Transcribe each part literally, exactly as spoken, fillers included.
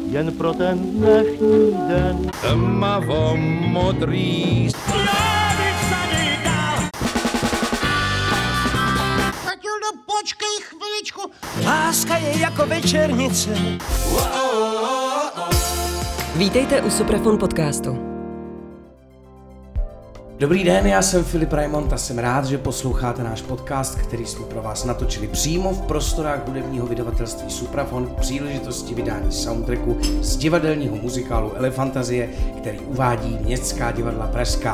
jen pro ten dnešní den. Tmavo modrý. Matildo, počkej chviličku. Láska je jako večernice. Vítejte u Suprafon podcastu. Dobrý den, já jsem Filip Raimond a jsem rád, že posloucháte náš podcast, který jsme pro vás natočili přímo v prostorách hudebního vydavatelství Suprafon k příležitosti vydání soundtracku z divadelního muzikálu Elefantazie, který uvádí Městská divadla Pražská.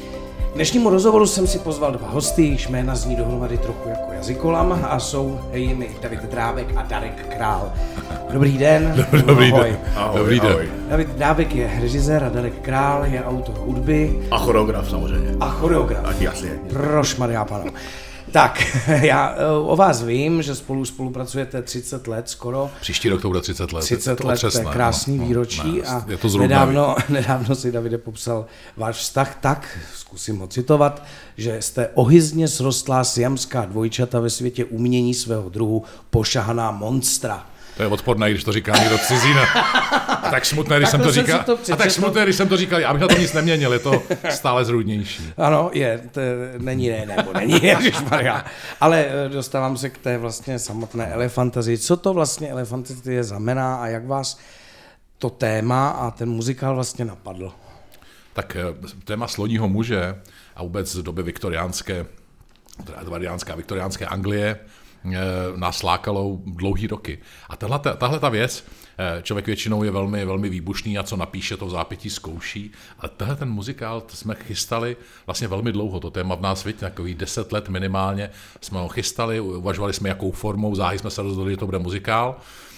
K dnešnímu rozhovoru jsem si pozval dva hosty, jejichž jména zní dohromady trochu jako jazykolam a jsou jimi David Drábek a Darek Král. Dobrý den. Dobrý ahoj. den. Ahoj. Dobrý den. Ahoj. David Drábek je režisér a Darek Král je autor hudby. A choreograf samozřejmě. A choreograf. Ach, jasně. Prošmarja panu. Tak, já o vás vím, že spolu spolupracujete třicet let skoro. Příští rok to bude třicet let. třicet let, to je krásný no, výročí no, a je to nedávno, nedávno si Davide popsal váš vztah tak, zkusím ho citovat, že jste ohyzně srostlá siamská dvojčata ve světě umění svého druhu, pošahaná monstra. To je odporné, když to říká někdo cizína. A tak smutné, když jsem to říkal. To a tak smutné, když jsem to říkal, já bych na to nic neměnil, je to stále zrůdnější. Ano, je, to není ne, nebo není, ježišmarja. Ale dostávám se k té vlastně samotné elefantazii. Co to vlastně elefantazie znamená a jak vás to téma a ten muzikál vlastně napadl? Tak téma sloního muže a vůbec z doby viktoriánské, edvardiánské viktoriánské Anglie nás lákalo dlouhý roky. A tahle, tahle ta věc, člověk většinou je velmi, velmi výbušný a co napíše, to v zápětí zkouší. Ale tenhle ten muzikál jsme chystali vlastně velmi dlouho. To téma v nás světě, takových deset let minimálně jsme ho chystali, uvažovali jsme, jakou formou, záhy jsme se rozhodli, že to bude muzikál.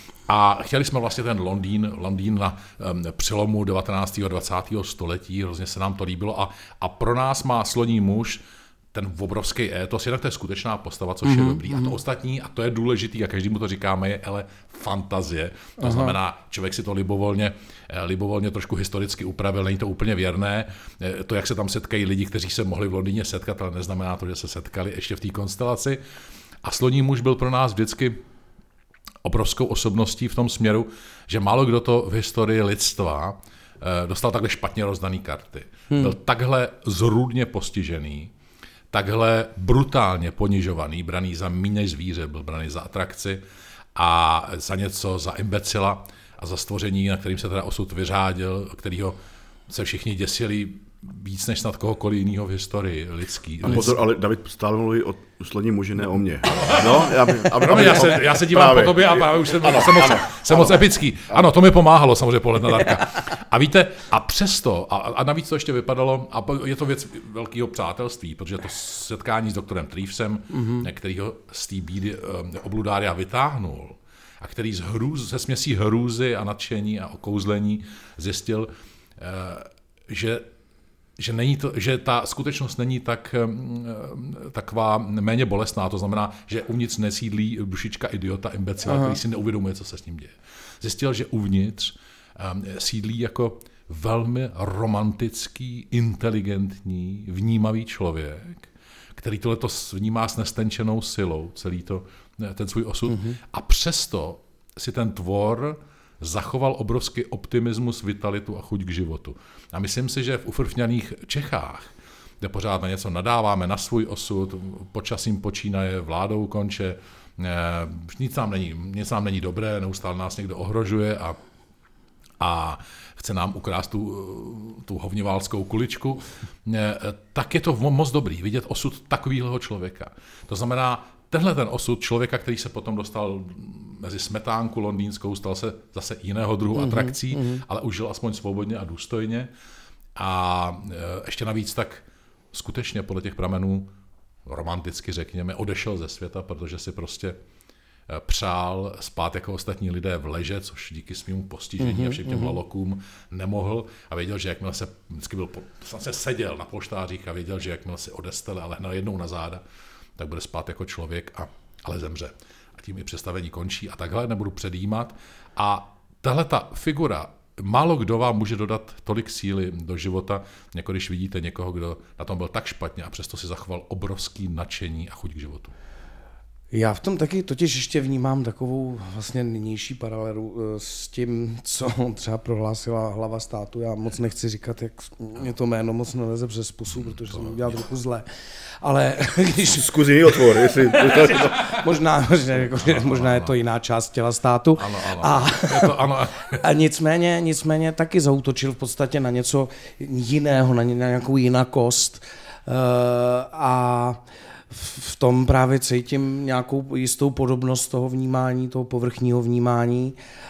A chtěli jsme vlastně ten Londýn, Londýn na um, přelomu devatenáctého a dvacátého století, hrozně se nám to líbilo. A, a pro nás má sloní muž ten obrovský étos, jednak to je skutečná postava, což mm-hmm. je dobrý. A to ostatní, a to je důležitý, a každému to říkáme, je ale fantazie. To Aha. znamená, člověk si to libovolně, libovolně trošku historicky upravil, není to úplně věrné. To, jak se tam setkají lidi, kteří se mohli v Londýně setkat, ale neznamená to, že se setkali ještě v té konstelaci. A sloní muž byl pro nás vždycky obrovskou osobností v tom směru, že málo kdo to v historii lidstva dostal takhle špatně rozdaný karty. Hmm. Byl takhle zrůdně postižený, takhle brutálně ponižovaný, braný za míň než zvíře, byl braný za atrakci a za něco, za imbecila a za stvoření, na kterým se teda osud vyřádil, kterýho se všichni děsili víc než snad kohokoliv jiného v historii lidský. A pozor, ale David stále mluví o sloní muži, ne o mně. No, já, by, aby, aby, já, se, já se dívám právě po tobě a právě už jsem, ano, jsem, moc, ano, jsem ano. moc epický. Ano, to mi pomáhalo samozřejmě pohled na Darka. A víte, a přesto, a, a navíc to ještě vypadalo, a je to věc velkého přátelství, protože to setkání s doktorem Treevesem, mm-hmm. který ho z té bídy obludária vytáhnul, a který z hrůz, se směsí hrůzy a nadšení a okouzlení zjistil, že Že, není to, že ta skutečnost není tak taková méně bolestná, to znamená, že uvnitř nesídlí dušička idiota, imbecila, Aha. který si neuvědomuje, co se s ním děje. Zjistil, že uvnitř um, sídlí jako velmi romantický, inteligentní, vnímavý člověk, který tohleto vnímá s nestenčenou silou, celý to, ten svůj osud, uh-huh. a přesto si ten tvor zachoval obrovský optimismus, vitalitu a chuť k životu. A myslím si, že v ufrfňaných Čechách, kde pořád na něco nadáváme, na svůj osud, počasím počínaje, vládou konče, nic nám není, nic nám není dobré, neustále nás někdo ohrožuje a, a chce nám ukrást tu, tu hovněválskou kuličku, tak je to moc dobrý vidět osud takového člověka. To znamená, tenhle ten osud člověka, který se potom dostal mezi smetánku londýnskou, stal se zase jiného druhu mm-hmm, atrakcí, mm-hmm. ale už žil aspoň svobodně a důstojně. A ještě navíc tak skutečně podle těch pramenů romanticky řekněme, odešel ze světa, protože si prostě přál spát jako ostatní lidé v leže, což díky svému postižení mm-hmm, a všem těm mm-hmm. lalokům nemohl a věděl, že jakmile se, vždycky byl, se seděl na polštářích a věděl, že jakmile se odestele a lehne jednou na záda, tak bude spát jako člověk, a, ale zemře. A tím i představení končí a takhle nebudu předjímat. A tahle ta figura, málo kdo vám může dodat tolik síly do života, jako když vidíte někoho, kdo na tom byl tak špatně a přesto si zachoval obrovský nadšení a chuť k životu. Já v tom taky totiž ještě vnímám takovou vlastně nynější paralelu s tím, co třeba prohlásila hlava státu. Já moc nechci říkat, jak mě to jméno moc neleze přes pusu, protože jsem udělal trochu zle. Ale když... Zkus jiný otvor, jestli... možná, možná, jako, ano, možná je to jiná část těla státu. Ano, ano. A, Je to, ano. a nicméně, nicméně taky zaútočil v podstatě na něco jiného, na, ně, na nějakou jinakost. Uh, a v tom právě cítím nějakou jistou podobnost toho vnímání, toho povrchního vnímání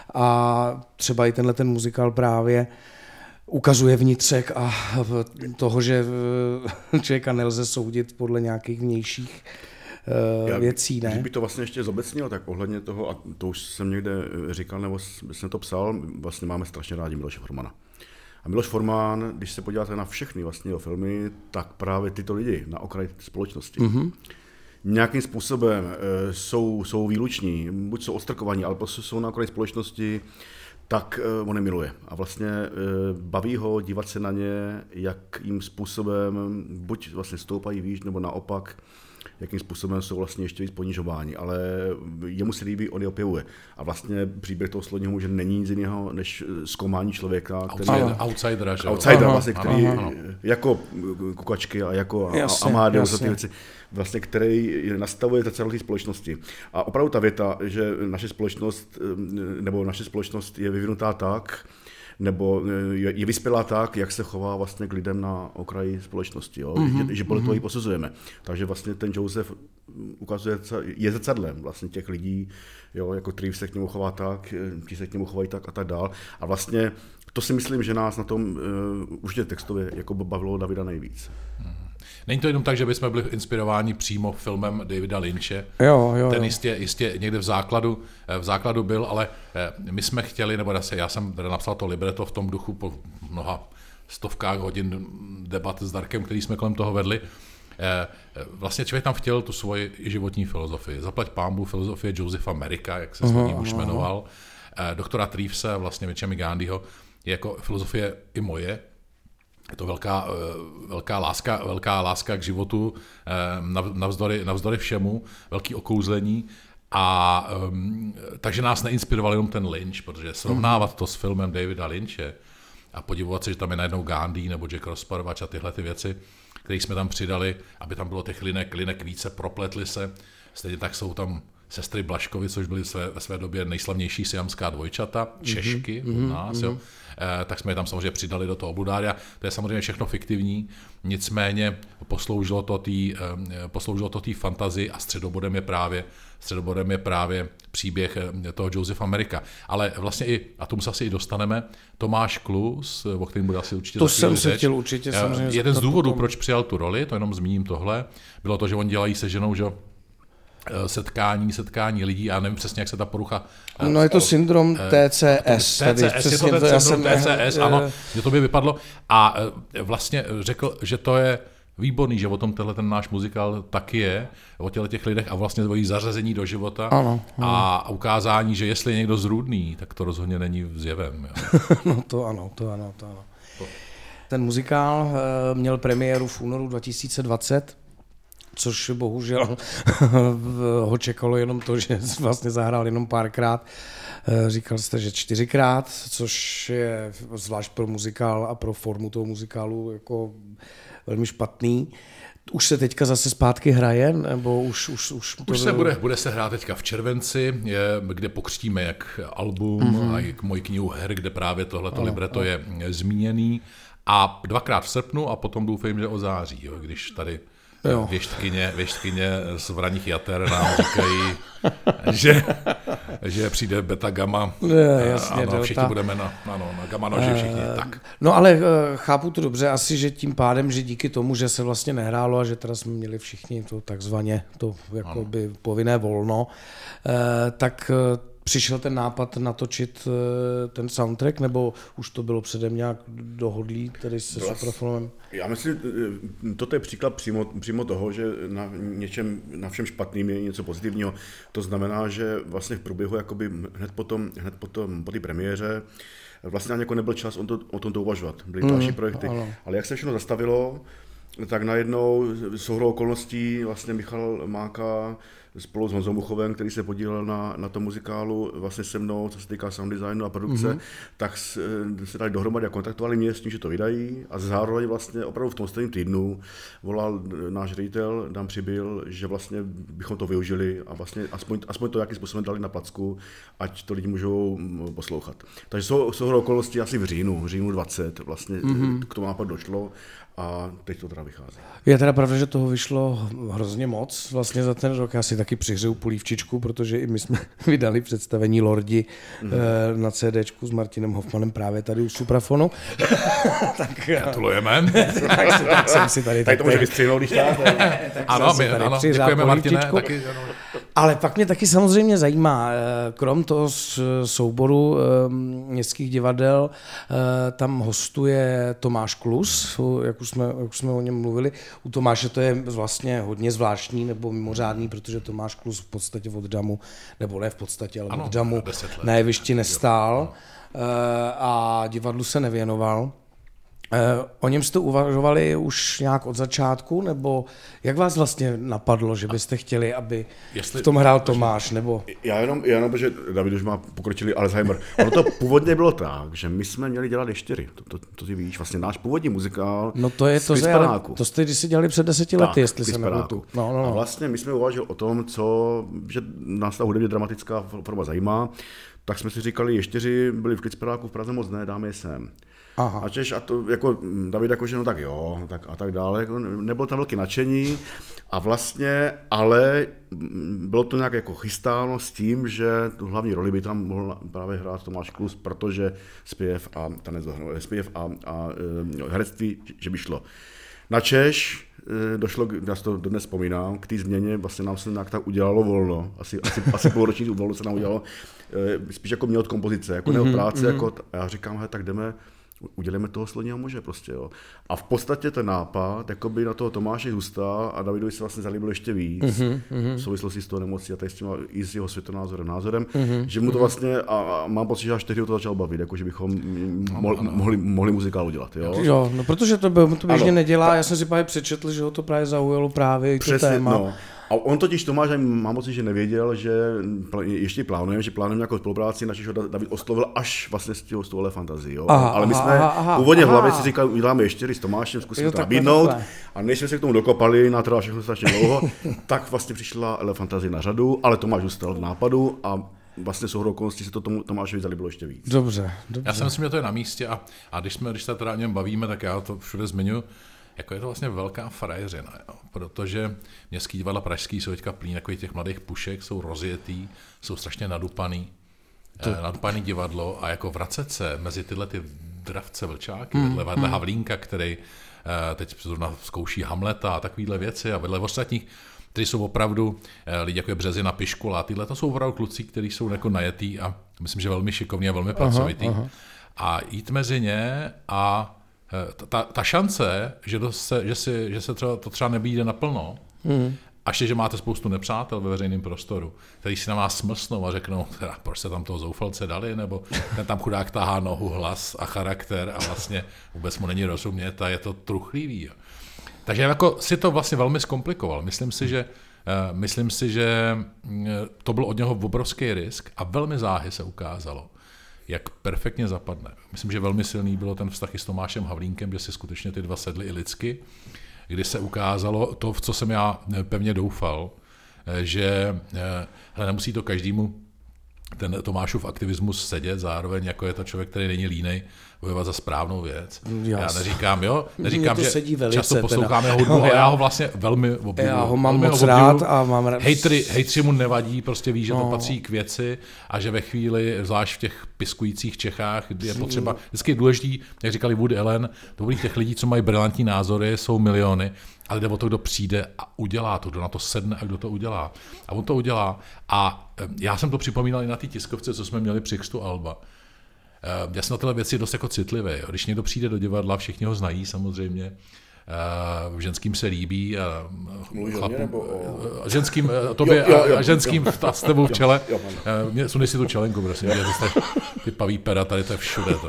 a třeba i tenhle ten muzikál právě ukazuje vnitřek a toho, že člověka nelze soudit podle nějakých vnějších uh, věcí, ne? Když by to vlastně ještě zobecnil, tak ohledně toho, a to už jsem někde říkal, nebo jsem to psal, vlastně máme strašně rádi Miloše Formana. A Miloš Forman, když se podíváte na všechny vlastně jeho filmy, tak právě tyto lidi na okraji společnosti mm-hmm. nějakým způsobem e, jsou, jsou výluční, buď jsou odstrkovaní, ale prostě jsou na okraji společnosti, tak e, on je miluje. A vlastně e, baví ho dívat se na ně, jakým způsobem buď vlastně stoupají výš, nebo naopak, jakým způsobem jsou vlastně ještě víc ponižováni, ale jemu se líbí, on je opěvuje. A vlastně příběh toho Slonního muže není nic jiného, než zkoumání člověka, který Outsider, outsidera, že? Outsidera, vlastně, který ano, ano. jako Kukačky a jako Jasně, Amadeus a jasně. ty věci, vlastně, který nastavuje celé té společnosti. A opravdu ta věta, že naše společnost, nebo naše společnost je vyvinutá tak, nebo je vyspělá tak, jak se chová vlastně k lidem na okraji společnosti, jo? Mm-hmm. Že, že podle toho ji posuzujeme. Takže vlastně ten Joseph ukazuje, je zrcadlem vlastně těch lidí, jo? Jako který se k němu chová tak, ti se k němu chovají tak a tak dál. A vlastně to si myslím, že nás na tom uh, už tě textově jako bavilo Davida nejvíc. Hmm. Není to jenom tak, že bychom byli inspirováni přímo filmem Davida Lynche. Jo, jo, Ten jo. jistě, jistě někde v základu, v základu byl, ale my jsme chtěli, nebo já jsem teda napsal to libreto v tom duchu po mnoha stovkách hodin debat s Darkem, který jsme kolem toho vedli. Vlastně člověk tam chtěl tu svoji životní filozofii. Zaplať pánbů filozofie Josepha Merricka, jak se s ním už jmenoval, doktora Treevese, vlastně Michemi Gandhiho, je jako filozofie i moje. Je to velká, velká, láska, velká láska k životu, navzdory, navzdory všemu, velký okouzlení. A um, takže nás neinspiroval jenom ten Lynch, protože srovnávat to s filmem Davida Lynche a podivovat se, že tam je najednou Gandhi nebo Jack Rozparovač a tyhle ty věci, které jsme tam přidali, aby tam bylo těch linek, linek více, propletly se. Stejně tak jsou tam sestry Blaškovi, což byly své, ve své době nejslavnější siamská dvojčata, Češky mm-hmm. od nás, mm-hmm. jo. E, tak jsme je tam samozřejmě přidali do toho Obludária. To je samozřejmě všechno fiktivní, nicméně posloužilo to té posloužilo to té fantazii a středobodem je právě středobodem je právě příběh toho Josepha Merricka. Ale vlastně i, a tomu se asi i dostaneme, Tomáš Klus, o kterém bude asi určitě To za chvíli jsem se řeč. chtěl určitě samozřejmě Jeden z zeptat důvodů, potom. proč přijal tu roli, to jenom zmíním tohle, bylo to, že oni dělají se ženou, že setkání, setkání lidí, já nevím přesně, jak se ta porucha... No je to syndrom T C S. T C S, je to ten to, já syndrom jsem, T C S, ano, že to by vypadlo. A vlastně řekl, že to je výborný, že o tom tenhle ten náš muzikál taky je, o těchto těch lidech a vlastně dvojí zařazení do života ano, ano. a ukázání, že jestli je někdo zrůdný, tak to rozhodně není zjevem. Jo. No to ano, to ano, to ano. Ten muzikál měl premiéru v únoru dva tisíce dvacet, což bohužel ho čekalo jenom to, že vlastně zahrál jenom párkrát. Říkal jste, že čtyřikrát, což je zvlášť pro muzikál a pro formu toho muzikálu jako velmi špatný. Už se teďka zase zpátky hraje, nebo už... Už, už, to už se bude, bude se hrát teďka v červenci, je, kde pokřtíme jak album mm-hmm. a jak moji knihu her, kde právě tohleto ano, libreto ano. je zmíněný. A dvakrát v srpnu a potom doufám, že o září, jo, když tady jo. Věštkyně, věštkyně z Vraných jater nám říkají, že, že přijde beta gamma. Je, jasně, ano, všichni budeme na, ano, na gamma noži všichni. E, tak. No ale chápu to dobře, asi, že tím pádem, že díky tomu, že se vlastně nehrálo a že teda jsme měli všichni to takzvaně to jakoby povinné volno, e, tak přišel ten nápad natočit ten soundtrack, nebo už to bylo předem nějak dohodlý, tedy se Suprafilmem? Já myslím, toto je příklad přímo, přímo toho, že na něčem, na všem špatným je něco pozitivního. To znamená, že vlastně v průběhu jakoby hned potom, hned potom po té premiéře vlastně ani jako nebyl čas o, to, o tom to uvažovat. Byly mm, další projekty. Ano. Ale jak se všechno zastavilo, tak najednou souhrou okolností vlastně Michal Máka spolu s Honzou Muchovem, který se podílel na, na tom muzikálu vlastně se mnou, co se týká sound designu a produkce, mm-hmm. tak se dali dohromady a kontaktovali mě s tím, že to vydají a zároveň vlastně opravdu v tom stejném týdnu volal náš ředitel, Dan Přibyl, že vlastně bychom to využili a vlastně aspoň, aspoň to jakým způsobem dali na placku, ať to lidi můžou poslouchat. Takže jsou, jsou okolnosti asi v říjnu, v říjnu dvacet vlastně mm-hmm. k tomu nápadu došlo a teď to teda vychází. Je teda pravda, že toho vyšlo hrozně moc vlastně za ten rok. Já si taky přihřeju polívčičku, protože i my jsme vydali představení Lordi mm. eh, na CDčku s Martinem Hoffmanem právě tady u Suprafonu. Tak gratulujeme. tak, tak jsem si tady... Tady to může vystřihnout, když tak. Ano, my, ano, děkujeme Martine. Taky, ale pak mě taky samozřejmě zajímá, krom toho souboru městských divadel, tam hostuje Tomáš Klus, jak už jsme, jak už jsme o něm mluvili. U Tomáše to je vlastně hodně zvláštní nebo mimořádný, protože Tomáš Klus v podstatě od Damu, nebo ne v podstatě, ale ano, od Damu na jevišti nestál a divadlu se nevěnoval. O něm jste uvažovali už nějak od začátku, nebo jak vás vlastně napadlo, že byste chtěli, aby Jestli, v tom hrál Tomáš, nebo... Já jenom, já jenom, protože David už má pokročilý Alzheimer. Ono to původně bylo tak, že my jsme měli dělat ještěry, to, to, to ty víš, vlastně náš původní muzikál. No to je to, že, to jste když si dělali před deseti lety, tak, jestli se nepletu. No, no, no. A vlastně my jsme uvažovali o tom, co, že nás ta hudebně dramatická forma zajímá, tak jsme si říkali, ještěři byli v Klicperáku v Praze moc ne, dáme je sem. Aha. A Češ, a to jako David jakože no tak jo, tak a tak dále, jako nebylo tam velké nadšení a vlastně, ale bylo to nějak jako chystáno s tím, že tu hlavní roli by tam mohl právě hrát Tomáš Klus, protože zpěv a tanec, zpěv a, a herectví, že by šlo. Na Češ došlo, já si to dodnes vzpomínám, k té změně, vlastně nám se nějak tak udělalo volno, asi, asi, asi půlroční volno se nám udělalo, spíš jako mě od kompozice, jako ne od práce, mm-hmm. jako, a já říkám, he, tak jdeme, udělejme toho Sloního muže prostě, jo. A v podstatě ten nápad, jakoby na toho Tomáše zůstal a Davidovi se vlastně zalíbil ještě víc, mm-hmm. v souvislosti s tou nemocí a tady s tím i s jeho světonázorem, názorem, mm-hmm. že mu to vlastně, a, a mám pocit, že až tehdy to začal bavit, jako že bychom mohli, mohli, mohli muzikál udělat, jo. Jo, no protože to, byl, to běžně ano. nedělá, já jsem si právě přečetl, že ho to právě zaujalo právě i to Přesně, téma. No. A on totiž Tomáš, mám pocit, že nevěděl, že ještě plánujeme, že plánujeme nějakou spolupráci, načež ho David oslovil až vlastně s tím stole fantazii. Jo? Aha, ale my jsme aha, aha, původně aha. v hlavě si říkali, uděláme ještě s Tomášem, zkusíme to nabídnout. A než jsme se k tomu dokopali, natrvalo všechno strašně dlouho, tak vlastně přišla Ele Fantazie na řadu, ale Tomáš zůstal v nápadu a vlastně souhrou okolností se to tomu Tomášovi zalíbilo ještě víc. Dobře, dobře. Já si myslím, že to je na místě a, a když, jsme, když se teda o něm bavíme, tak já to všude zmiňuji. Jako je to vlastně velká frajeřina, jo? Protože městský divadla pražský jsou teďka plný takových těch mladých pušek, jsou rozjetý, jsou strašně nadupaný, to... eh, nadupaný divadlo a jako vracet se mezi tyhle ty dravce vlčáky, mm, vedle, vedle mm. Havlínka, který eh, teď zrovna zkouší Hamleta a takovýhle věci a vedle ostatních, kteří jsou opravdu eh, lidi jako je Březina, Piškola, tyhle to jsou opravdu kluci, kteří jsou jako najetý a myslím, že velmi šikovní a velmi pracovitý. Aha, aha. A jít mezi ně a Ta, ta šance, že, to se, že, si, že se třeba, to třeba nebýde naplno, mm. a ještě, že máte spoustu nepřátel ve veřejném prostoru, který si na vás smlsnou a řeknou, teda, proč se tam toho zoufalce dali, nebo ten tam chudák tahá nohu, hlas a charakter a vlastně vůbec mu není rozumět a je to truchlivý. Jo. Takže jako si to vlastně velmi zkomplikoval. Myslím si, že, uh, myslím si, že to byl od něho obrovský risk a velmi záhy se ukázalo, jak perfektně zapadne. Myslím, že velmi silný bylo ten vztah i s Tomášem Havlínkem, že si skutečně ty dva sedli i lidsky, kdy se ukázalo to, v co jsem já pevně doufal, že hele, nemusí to každému ten Tomášův aktivismus sedět, zároveň jako je to člověk, který není línej bojovat za správnou věc. Jas. Já neříkám, jo, neříkám, že velice, často posloucháme hudbu, ale já ho vlastně velmi obdivuji. Já ho mám moc rád a mám rád. Hejtři, hejtři mu nevadí, prostě ví, že no. to patří k věci a že ve chvíli, zvlášť v těch piskujících Čechách, kdy je potřeba, vždycky je důležitý, jak říkali Woody Allen, dobrých těch lidí, co mají brilantní názory, jsou miliony, ale jde o to, kdo přijde a udělá to, kdo na to sedne a kdo to udělá. A on to udělá. A já jsem to připomínal i na té tiskovce, co jsme měli při křtu Alba. Já jsem na tyhle věci dost jako citlivý. Když někdo přijde do divadla, všichni ho znají samozřejmě, v ženským se líbí. Chlapu, nebo o... Ženským, tobě jo, jo, jo, a ženským jo, jo, s tebou v čele. Jo, jo, Sunej si tu čelenku, prosím. Ty paví pera, tady to je všude. To.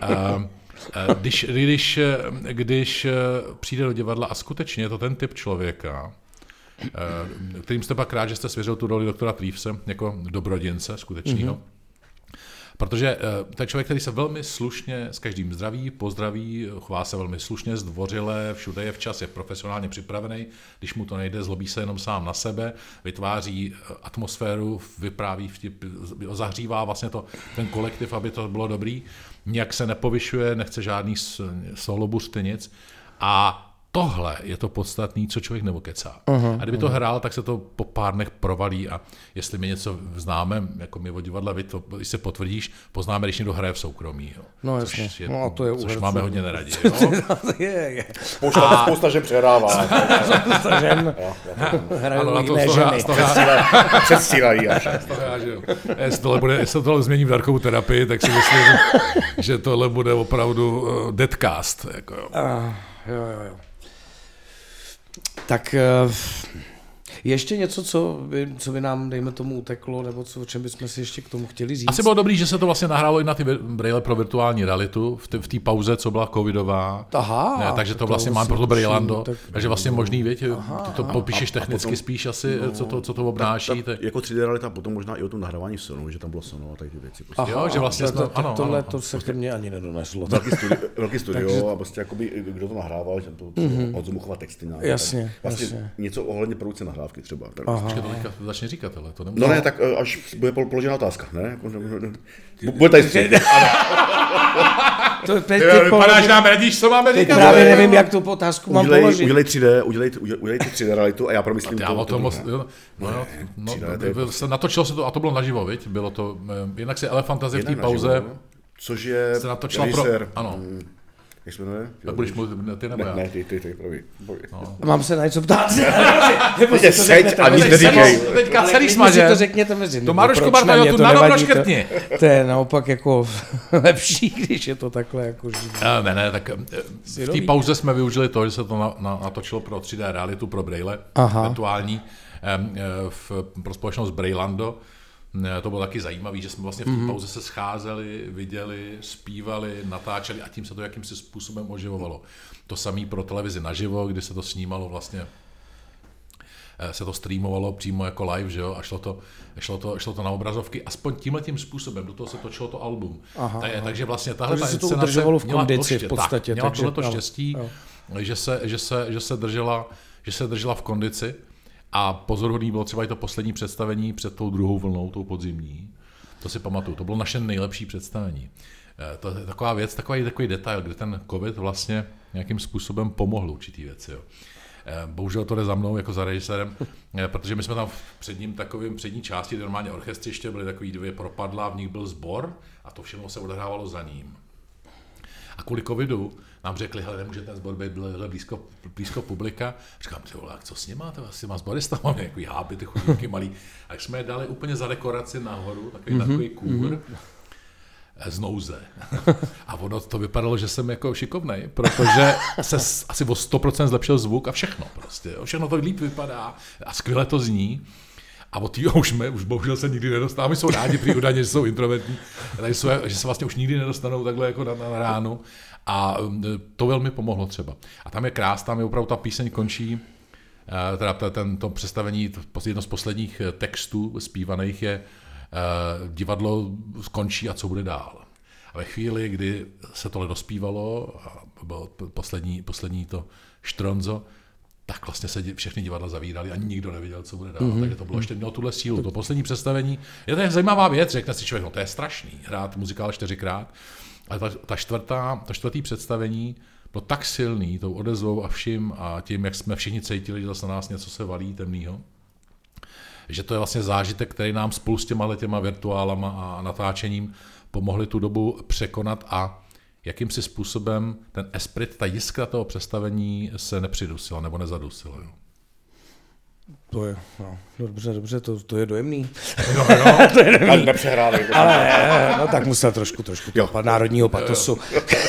Když, když, když přijde do divadla a skutečně je to ten typ člověka, kterým jste pak rád, že jste svěřil tu roli doktora Trívse jako dobroděnce skutečného. Mm-hmm. Protože to je člověk, který se velmi slušně s každým zdraví, pozdraví, chová se velmi slušně, zdvořile, všude je včas, je profesionálně připravený, když mu to nejde, zlobí se jenom sám na sebe, vytváří atmosféru, vypráví vtip, zahřívá vlastně to, ten kolektiv, aby to bylo dobrý, nijak se nepovyšuje, nechce žádný solobuřty, nic. A tohle je to podstatný, co člověk nevokecá. Uh-huh, a kdyby to uh-huh. hrál, tak se to po pár dnech provalí a jestli my něco známe, jako my od divadla, vy to, když se potvrdíš, poznáme, když někdo hraje v soukromí. Jo. No jasně, což, je, no, to je což máme hodně neradi. je, je. Spousta, a... spousta žen přehrává. Spousta žen hrajou jiné ženy. Předstírají. Jestli tohle, bude, jestli tohle změní v dárkovou terapii, tak si myslím, že tohle bude opravdu uh, deadcast. Jako jo. Uh, jo, jo, jo. Tak ještě něco, co by, co by nám, dejme tomu, uteklo, nebo co, o čem bychom si ještě k tomu chtěli říct? Asi bylo dobrý, že se to vlastně nahrálo i na ty brejle pro virtuální realitu, v té pauze, co byla covidová. Aha. Ne, takže to, to vlastně mám pro to Brejlando, tak... takže vlastně možný, věď, aha, ty to popíšeš technicky potom, spíš asi, no, co, to, co to obnáší. Tak, tak, jako tři dé realita potom možná i o tom nahrávání sonu, že tam bylo sono a tady ty věci. Prostě. Aha, jo, že vlastně to, to, ano, tohle ano, to se ke mně ani nedoneslo. Velký studio a prostě jakoby, kdo to nahrával, že to odzvuchovat texty. Jasně, vlastně něco ohledně produkce nahrávky třeba. Počkej, to teďka začne říkat, ale to nemůžu. No ne, tak až bude položená otázka, ne? Bude tady střed. Vypadáš nám radíš, co máme říkat. Teď právě nevím, jak tu otázku mám udělej, položit. Udělej tři dé, udělej, udělej tři dé realitu a já promyslím já to. Já o tom moc, no, no, no, no, natočilo se to, a to bylo naživo, viď? Bylo to, jinak si Elefantazie v té pauze. Což je režisér. Ano. Jak se jmenuje? Tak budeš mluvit ty nebo já? Ne, ty, ty, ty, pravý. No. Mám se na něco ptát. Teď seď a nic neříkej. Teďka celý smaže. to řekněte mezi To Marušku Barta, jo, tu na dobro škrtni. To je naopak jako lepší, když je to takhle jako živé. Ne, ne, tak v té pauze jsme využili to, že se to natočilo pro tři dé realitu, pro Brejle, virtuální, pro společnost Brejlando. To bylo taky zajímavé, že jsme vlastně v té pauze se scházeli, viděli, zpívali, natáčeli a tím se to jakýmsi způsobem oživovalo. To samé pro televizi naživo, kdy se to snímalo vlastně, se to streamovalo přímo jako live, že jo, a šlo to, šlo to, šlo to na obrazovky, aspoň tímhletím způsobem, do toho se točilo to album. Aha, tak, aha. Takže vlastně tahle ta inscenace měla, to, v podstatě, tak, měla takže, tohleto štěstí, jo, jo. Že, se, že, se, že, se držela, že se držela v kondici. A pozoruhodný bylo třeba i to poslední představení před tou druhou vlnou, tou podzimní. To si pamatuju, to bylo naše nejlepší představení. To je taková věc, takový, takový detail, kde ten covid vlastně nějakým způsobem pomohl určitý věci. Jo. Bohužel to jde za mnou jako za režisérem, protože my jsme tam v předním takovým přední části, normálně orchestřiště, byly takový dvě propadla, v nich byl sbor a to všechno se odehrávalo za ním. A kvůli covidu nám řekli, hele, nemůže ten sbor být blízko, blízko publika. Říkám, ty vole, co s nima, to asi má sborista, máme nějaký háby, ty chudinky malý. A jak jsme je dali úplně za dekoraci nahoru, takový, mm-hmm. takový kůr, mm-hmm. z nouze. A ono to vypadalo, že jsem jako šikovnej, protože se asi o sto procent zlepšil zvuk a všechno prostě. Všechno to líp vypadá a skvěle to zní. A od toho už, už bohužel se nikdy nedostanou. My jsou rádi prý údajně, že jsou introvertní, jsou, že se vlastně už nikdy nedostanou takhle jako na, na ránu. A to velmi pomohlo třeba. A tam je krás, tam je opravdu ta píseň končí, teda ten, to představení, jedno z posledních textů zpívaných je divadlo skončí a co bude dál. A ve chvíli, kdy se tohle dospívalo, a bylo poslední, poslední to štronzo, tak vlastně se všechny divadla zavíraly, ani nikdo nevěděl, co bude dál. Mm-hmm. Takže to bylo ještě mělo tuhle sílu. To poslední představení je to zajímavá věc, řekne si člověk, no to je strašný, hrát muzikál čtyřikrát. Ale ta, ta čtvrtá, to čtvrtý představení bylo tak silný tou odezvou a vším a tím, jak jsme všichni cítili, že zase na nás něco se valí temnýho, že to je vlastně zážitek, který nám spolu s těma těma virtuálama a natáčením pomohli tu dobu překonat a jakýmsi způsobem ten esprit, ta jiskra toho představení se nepřidusila nebo nezadusila. Jo. To je, no, dobře, dobře, to, to je dojemný. No, no. To je dojemný. Nepřehrávej. Ale, no tak musel trošku, trošku toho národního patosu.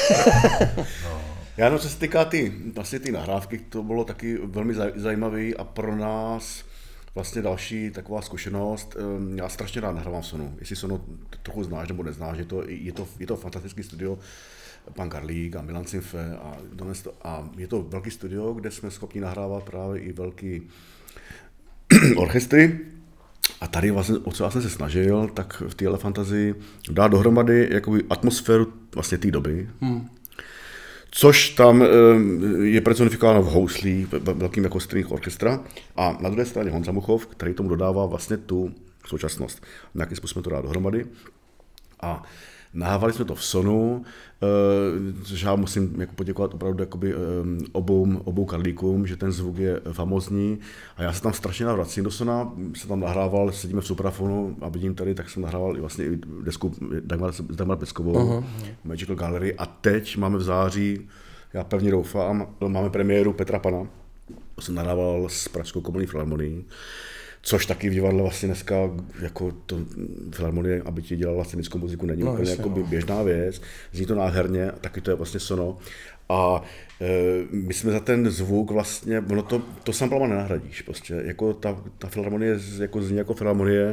No. Já no, co se týká ty, vlastně ty nahrávky, to bylo taky velmi zajímavé a pro nás vlastně další taková zkušenost. Já strašně rád nahrávám v Sonu. Jestli Sono trochu znáš nebo neznáš, je to, je to, je to fantastický studio, pan Karlík a Milan Cimfe a, a je to velký studio, kde jsme schopni nahrávat právě i velký orchestry. A tady vlastně, o co já jsem se snažil, tak v téhle fantazii dát dohromady jakoby atmosféru vlastně té doby. Hmm. Což tam je personifikováno v houslí, velkým jako stringách orchestra. A na druhé straně Honza Muchov, který tomu dodává vlastně tu současnost. Nějakým způsobem to dá dohromady. A nahrávali jsme to v Sonu, což já musím jako poděkovat opravdu jakoby obou, obou Karlíkům, že ten zvuk je famózní a já se tam strašně navracím do Sona, se tam nahrával, sedíme v Suprafonu a vidím tady, tak jsem nahrával i vlastně i desku Dagmar, Dagmar Peckovou, uh-huh. Magical Gallery a teď máme v září, já pevně doufám, máme premiéru Petra Pana, to jsem nahrával s Pražskou komorní filharmonií. Což taky v divadle vlastně dneska jako to filharmonie, aby ti dělala scénickou muziku, není no, úplně jako běžná věc. Zní to nádherně, taky to je vlastně Sono. A e, my jsme za ten zvuk vlastně, ono to, to samplama nenahradíš prostě, jako ta, ta filharmonie jako zní jako filharmonie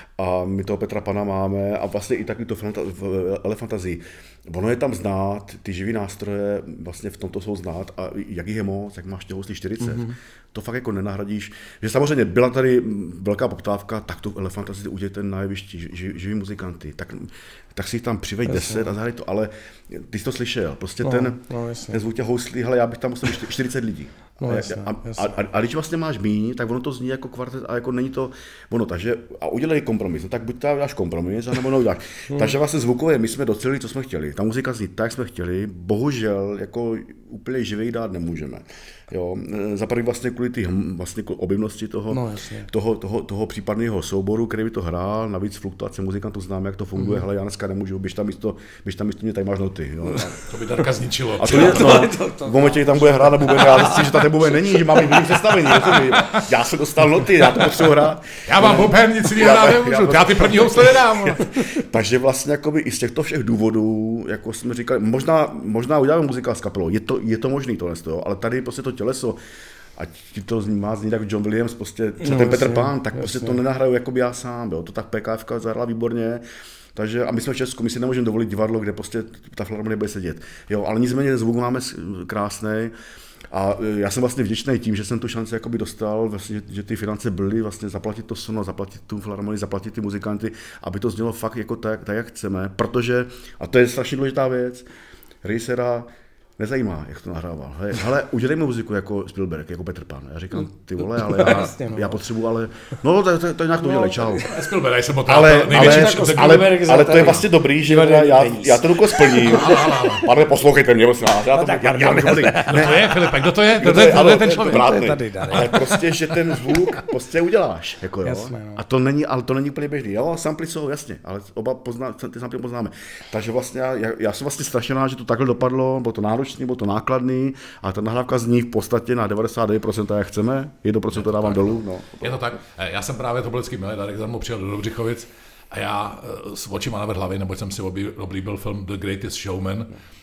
a my toho Petra Pana máme a vlastně i taky to elefantazii. Ono je tam znát, ty živý nástroje vlastně v tomto jsou znát a jak jich je moc, jak máš těch houslí čtyřicet, mm-hmm. to fakt jako nenahradíš. Že samozřejmě byla tady velká poptávka, tak tu elefantazii udělejte na jevišti, živí muzikanty, tak, tak si jich tam přiveď deset a zahraj to, ale ty jsi to slyšel, prostě no, ten, no, ten zvuk těch houslí, hele, já bych tam musel čtyřicet lidí. No, jasně, a, jasně. A, a, a když vlastně máš míň, tak ono to zní jako kvartet a jako není to ono, takže a udělej kompromis, no tak buď tam dáš kompromis, anebo neuděláš. Hmm. Takže vlastně zvukově my jsme docelili, co jsme chtěli. Ta muzika zní tak, jak jsme chtěli, bohužel jako úplně živej dát nemůžeme. Jo, za první vlastně kvůli ty vlastně objemnosti toho, no, toho, toho, toho případného souboru, který by to hrál, navíc fluktuace muzikantů známe, jak to funguje, mm. hele, já dneska nemůžu, běž tam místo, běž tam místo mě, tady máš noty. Jo. To by Darka zničilo. A to je, no, v momentě, kdy tam bude hrát na buben, já zjistím, že ta ten buben není, že mám jiný představení, rozumím. Já jsem dostal noty, já to potřebuji hrát. Já mám buben, nic jiného hrát nemůžu, já, já ty první housle nedám. Takže vlastně jakoby i z těchto všech důvodů, jako jsme říkali, možná, možná uděláme muzikál s kapelou, je to, je to možný tohle, ale tady prostě to těleso, a ti to má znít tak John Williams, prostě no, ten Petr Pan, tak jasně. Prostě to nenahraju jako by já sám, jo. To tak PKFka zahrála výborně, takže a my jsme v Česku, my si nemůžeme dovolit divadlo, kde prostě ta filharmonie bude sedět, jo, ale nicméně zvuk máme krásný. A já jsem vlastně vděčný tím, že jsem tu šanci jakoby dostal, vlastně, že, že ty finance byly vlastně zaplatit to Sono, zaplatit tu filharmonii, zaplatit ty muzikanty, aby to znělo fakt jako tak, tak, jak chceme, protože, a to je strašně důležitá věc, režiséra nezajímá, jak to nahrával. Hele, hele udělej mi muziku jako Spielberg, jako Petr Pan. Já říkám, ty vole, ale já, já potřebuji, ale no, to, to, to nějak to udělej, čau. Spielberg jsem to ale, ale, ale, ale to je vlastně dobrý, že já, já, já to ruko splním. Pane, poslouchejte mě, prosím vás. Já to, já, já kdo to je, Filipe, kdo to je? Kdo to je, kdo je ten člověk? Ale prostě, že ten zvuk prostě uděláš. Jako, jo. A to není, ale to není úplně běžný. Jo, samply jsou, jasně, ale oba pozná, ty samply poznáme. Takže vlastně já, já jsem vlastně strašně rád, že to takhle dopadlo, bylo to náročné, bylo to nákladný a ta nahrávka zní v podstatě na devadesát devět procent jak chceme, jedno procento to dávám dolů. No. Je to tak. Já jsem právě to byl vždycky milý, Darek za mnou přijel do Dobřichovic a já s očima na hlavě, neboť jsem si oblíbil film The Greatest Showman.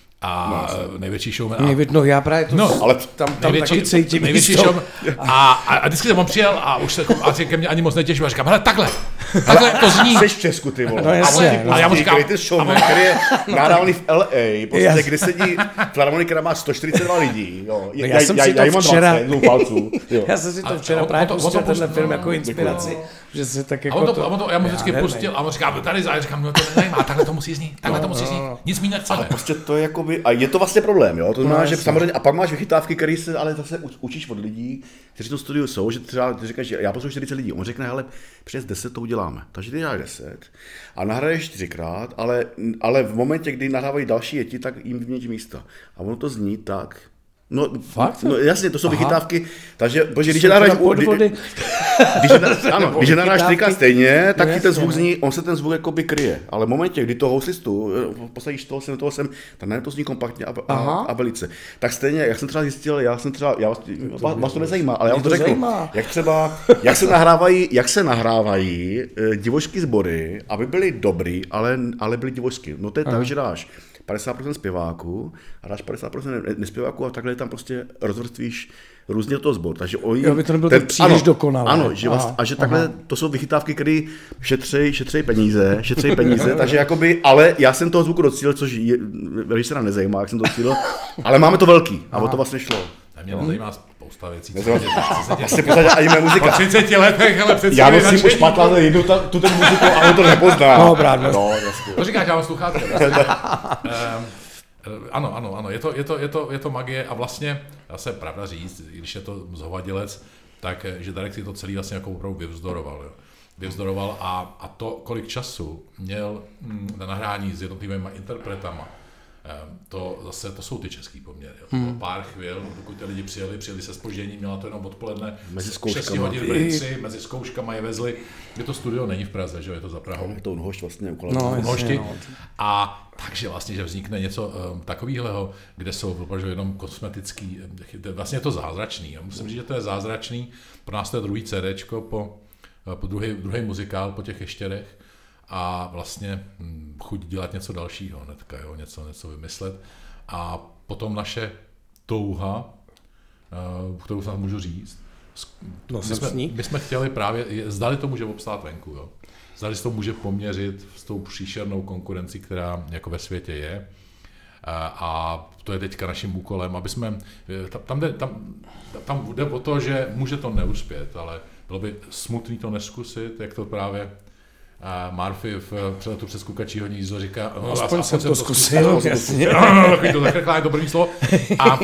A no, největší showman. A... No já právě to no, ale tam, tam největší, taky cítím. Největší showman. A, a, a vždycky jsem on přijel a už se a ke mně ani moc netěšil a říkám, hele, takhle, takhle to zní. Jsi v Česku, ty vole. No jasně. A, a já mu říkám, Greatest Showman, který je nahrávaný v L A, prostě, kde sedí filharmonie, která má sto čtyřicet dva lidí. Jo. No, já, já jsem já, si já, to včera, já jsem si to včera a, právě pustil tenhle film jako inspiraci. Že se tak jako a on to, to, on to, já mu vždycky pustil a on říká, tady a já říkám, no to nezajímá, takhle to musí znít, takhle to musí znít, nic méně nechceme. Ale prostě to je jakoby, a je to vlastně problém, jo, to znamená, no, že samozřejmě, a pak máš vychytávky, které se ale zase učíš od lidí, kteří to studiu jsou, že třeba ty říkáš, já poslouchám čtyřicet lidí, on řekne, hele, přes deset to uděláme, takže ty děláš deset a nahraješ čtyřikrát, ale, ale v momentě, kdy nahrávají další jeti, tak jim vyměníš místa a ono to zní tak. No, fakt? No jasně, to jsou Aha. vychytávky, takže, bože, když je nahráš, když je, ano, když je nahráš trika stejně, tak no, ten zvuk zní, on se ten zvuk jakoby kryje, ale v momentě, kdy toho houslistu posadíš toho sem, toho sem, tak ne to zní kompaktně a, a, a velice. Tak stejně, jak jsem třeba zjistil, já jsem třeba, já vás, vás, vás to nezajímá, ale já vám to řeknu, zajímá. jak třeba, jak se nahrávají, jak se nahrávají divošky sbory, aby byly dobrý, ale, ale byly divošky. No to je tak, že dáš padesát procent zpěváků a dáš padesát procent nespěváků a takhle tam prostě rozvrstvíš různě to sbor. Takže oni, jo, by to nebylo tak příliš dokonalé. Ano, že vlastně, a že takhle, aha. to jsou vychytávky, které šetřejí šetřej peníze, šetřejí peníze, takže jakoby, ale já jsem toho zvuku docílil, což je, když se nám nezajímá, jak jsem to docílil, ale máme to velký a o to vlastně šlo. Mě to zajímá spousta věcí. Vlastně pořádně ani mé muzika. Po třiceti letech, ale přece já nosím už patlat jednu tu ten muziku a on to nepozná. No, právě. No, to říkáš, já mám sluchátka. Ano, ano, ano, je to, je, to, je, to, je to magie a vlastně, zase pravda říct, když je to zhovadilec, tak že Darek si to celý vlastně jako opravdu vyvzdoroval. Jo. Vyvzdoroval a, a to, kolik času měl na nahrání s jednotlivými interpretama, to zase to jsou ty český poměry. Jo. To bylo pár chvil, dokud ty lidi přijeli, přijeli se zpožděním, měla to jenom odpoledne, mezi šest hodin byli tři, mezi zkouškama je vezli, kde to studio není v Praze, že jo, je to za Prahou. Je to Unhošť vlastně okolo. No, Unhošti. No. A takže vlastně, že vznikne něco um, takového, kde jsou opravdu jenom kosmetický, vlastně je to zázračný. Jo. Musím říct, že to je zázračný, pro nás to je druhý CDčko po, po druhý, druhý muzikál po těch Ještěrech. A vlastně hm, chuť dělat něco dalšího hnedka, jo, něco, něco vymyslet. A potom naše touha, uh, kterou snad můžu říct, no, my, jsme, my jsme chtěli právě, zdali to může obstát venku, jo. Zdali se to může poměřit s tou příšernou konkurencí, která jako ve světě je. A, a to je teďka naším úkolem, aby jsme, tam jde, tam, tam jde o to, že může to neuspět, ale bylo by smutný to neskusit, jak to právě a Murphy v přeletu přes kukačího hnízdo říká, no, aspoň jsem to zkusil, zkusil jasně. Takový to zakrklá, je to první slovo. A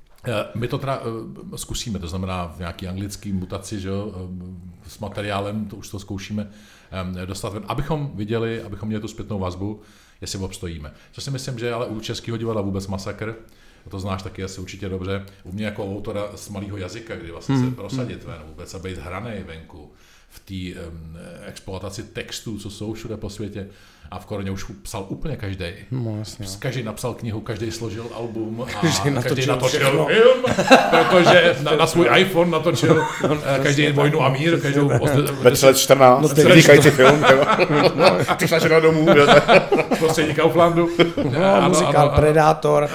my to teda zkusíme, to znamená v nějaký anglický mutaci, že jo, s materiálem, to už to zkoušíme dostat ven, abychom viděli, abychom měli tu zpětnou vazbu, jestli obstojíme. Co si myslím, že je ale u českého divadla vůbec masakr, to znáš taky asi určitě dobře, u mě jako autora z malého jazyka, kdy vlastně hmm. se prosadit ven vůbec a být hranej venku, v té um, exploataci textů, co jsou všude po světě. A v Koroně už psal úplně každý. No, každý napsal knihu, každý složil album a každý natočil, každý natočil film, protože na, na svůj iPhone natočil každý Vojnu a mír, každou... Ve tři let čtrnáct, no, vznikající film. Přišla žena domů. Z prostředí Kauflandu. No, muzikál Predátor.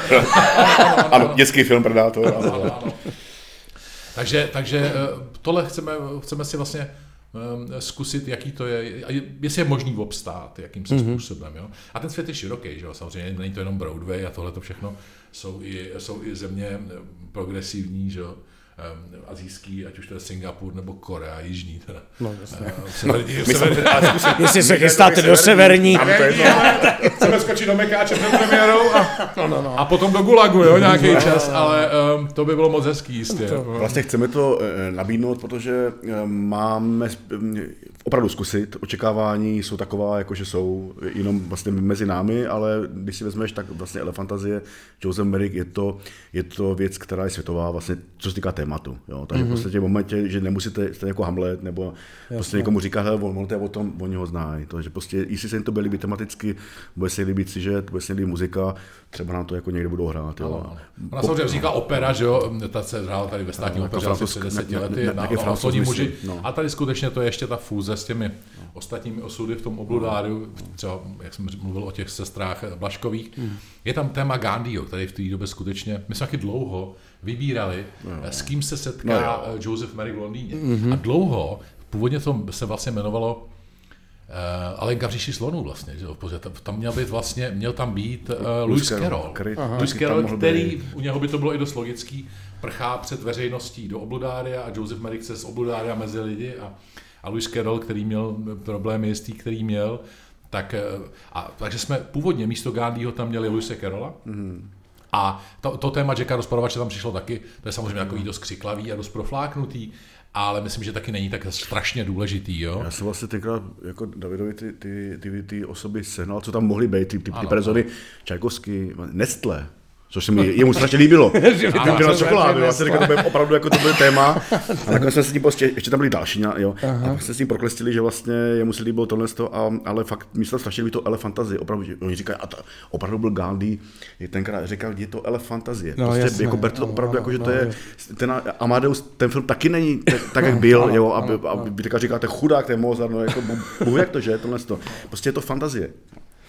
Ano, dětský film Predátor. Takže, takže tohle chceme, chceme si vlastně zkusit, jaký to je, jestli je možný obstát, jakým se mm-hmm. způsobem. Jo? A ten svět je široký, že jo? Samozřejmě není to jenom Broadway a tohle to všechno, jsou i, jsou i země progresivní, že jo? Azijský, ať už to je Singapur nebo Korea, jižní teda. No, jasně. Severní, severní, jestli se chystáte do severní. Chceme skočit do Mekáče před premiérou a, no, no, no. a potom do Gulagu, jo, nějaký čas, ale um, to by bylo moc hezký jistě. Vlastně chceme to uh, nabídnout, protože uh, máme um, opravdu zkusit, očekávání jsou taková, jako že jsou jenom vlastně mezi námi, ale když si vezmeš, tak vlastně Elefantazie, Joseph Merrick, je to, je to věc, která je světová, vlastně, co se týká tématu. Jo? Takže mm-hmm. v podstatě v momentě, že nemusíte, jste jako Hamlet, nebo Jasně. prostě někomu říkat, hele, on, on to je o tom, oni ho znají. To, že prostě, jestli se jim to bude líbit tematicky, bude se líbit sižet, bude se líbit muzika, třeba nám to jako někde budou hrát. Jo? Ano, ano. Ona samozřejmě vznikla opera, že jo, ta se hrála tady ve státní opeře asi před deseti lety, na, na, na, na Oslodní muži. No. A tady skutečně to je ještě ta fúze s těmi no. ostatními osudy v tom Obludáriu, třeba, jak jsem mluvil o těch sestrách Blažkových. Hmm. Je tam téma Gandhiho, který v té době skutečně, my jsme taky dlouho vybírali, no. s kým se setká no, Joseph Merrick v Londýně. Mm-hmm. A dlouho, původně to se vlastně jmenovalo uh, Alenka v říši slonů vlastně, že? Tam měl být vlastně, měl tam být uh, Lewis Carroll. Lewis Carroll, který, být. U něho by to bylo i dost logický, prchá před veřejností do Obludária a Joseph Merrick se z Obludária mezi lidi a, a Lewis Carroll, který měl problémy jistý, který měl, tak, a, takže jsme původně místo Gandhiho tam měli Lewise Carrolla. Mm-hmm. A to, to téma Jacka Rozparovače tam přišlo taky, to je samozřejmě takový dost křiklavý a dost profláknutý, ale myslím, že taky není tak strašně důležitý, jo. Já jsem vlastně tenkrát jako Davidovi ty, ty, ty, ty osoby sehnal, co tam mohly být, ty, ty, ty persony, Čajkovský, Nestlé, což se mi jemu strašně líbilo. Tam dělal čokoládu, já jsem říkal, to bude opravdu jako to bude téma. A nakonec jsme s tím prostě, ještě tam byli další, jo. A jsme s tím proklestili, že vlastně jemu se líbilo tohle, ale fakt myslel strašně líbilo to Elefantazie. Opravdu, oni říkají, a to opravdu byl Gandhi, tenkrát říkal, je to Elefantazie. No, prostě jasné, jako berte to opravdu, no, jako, že no, to je, ten Amadeus, ten film taky není tak, jak byl, jo. A vy říkáte chudák, ten Mozart, no jako, bohu jak to, že, tohle to. Prostě je to fantazie.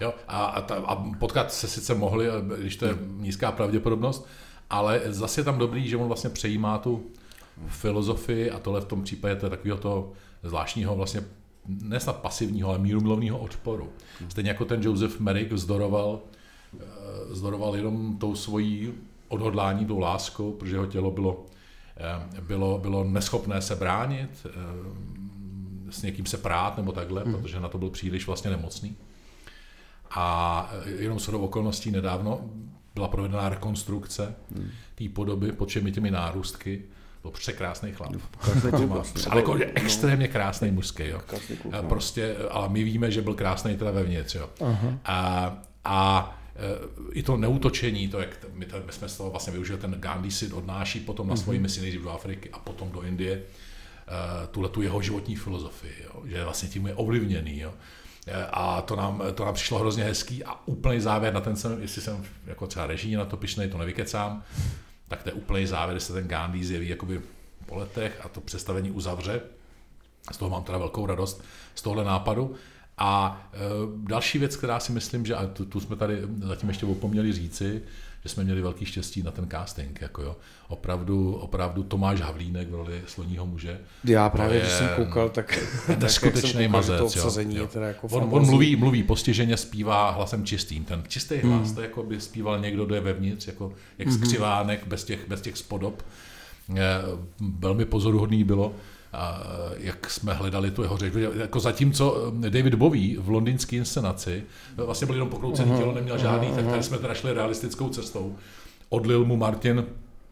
Jo? A, a, ta, a potkat se sice mohli, když to je nízká pravděpodobnost, ale zase je tam dobrý, že on vlastně přejímá tu filozofii a tohle v tom případě to je takového toho zvláštního vlastně nesnad pasivního, ale mírumilovného odporu. Stejně jako ten Joseph Merrick vzdoroval, vzdoroval jenom tou svojí odhodlání, tou láskou, protože jeho tělo bylo, bylo, bylo neschopné se bránit, s někým se prát nebo takhle, mm. protože na to byl příliš vlastně nemocný. A jenom shodou okolností nedávno byla provedena rekonstrukce mm. té podoby pod všemi těmi nárůstky. Byl překrásný chlap. Ale jako extrémně krásný mužský. Jo. Prostě, ale my víme, že byl krásný teda vevnitř. Jo. A, a i to neútočení, to, jak my, to, my jsme z toho vlastně využili, ten Gandhi si odnáší potom na svoji misi nejdřív do Afriky a potom do Indie tuhle tu jeho životní filozofii, jo, že vlastně tím je ovlivněný. Jo. A to nám, to nám přišlo hrozně hezký a úplný závěr na ten jsem, jestli jsem jako třeba režii na to pyšnej, to nevykecám, tak to je úplný závěr, že se ten Gandhi zjeví jakoby po letech a to představení uzavře. Z toho mám teda velkou radost, z tohle nápadu. A e, další věc, která si myslím, že a tu, tu jsme tady zatím ještě opomněli říci, že jsme měli velký štěstí na ten casting. Jako jo. Opravdu, opravdu Tomáš Havlínek v roli sloního muže. Já právě, když jsem koukal, tak neskutečný mazec. Jo, jo. Jako on, on mluví, mluví postiženě, zpívá hlasem čistým. Ten čistý hlas, mm. to jako by zpíval někdo, kdo je vevnitř, jako jak mm-hmm. skřivánek, bez těch, bez těch spodob. E, velmi pozoruhodný bylo, a jak jsme hledali tu jeho řeč. Jako zatímco David Bowie v londýnské inscenaci vlastně byl jenom pokroucený tělo, neměl žádný, tak tady jsme teda šli realistickou cestou. Odlil mu Martin,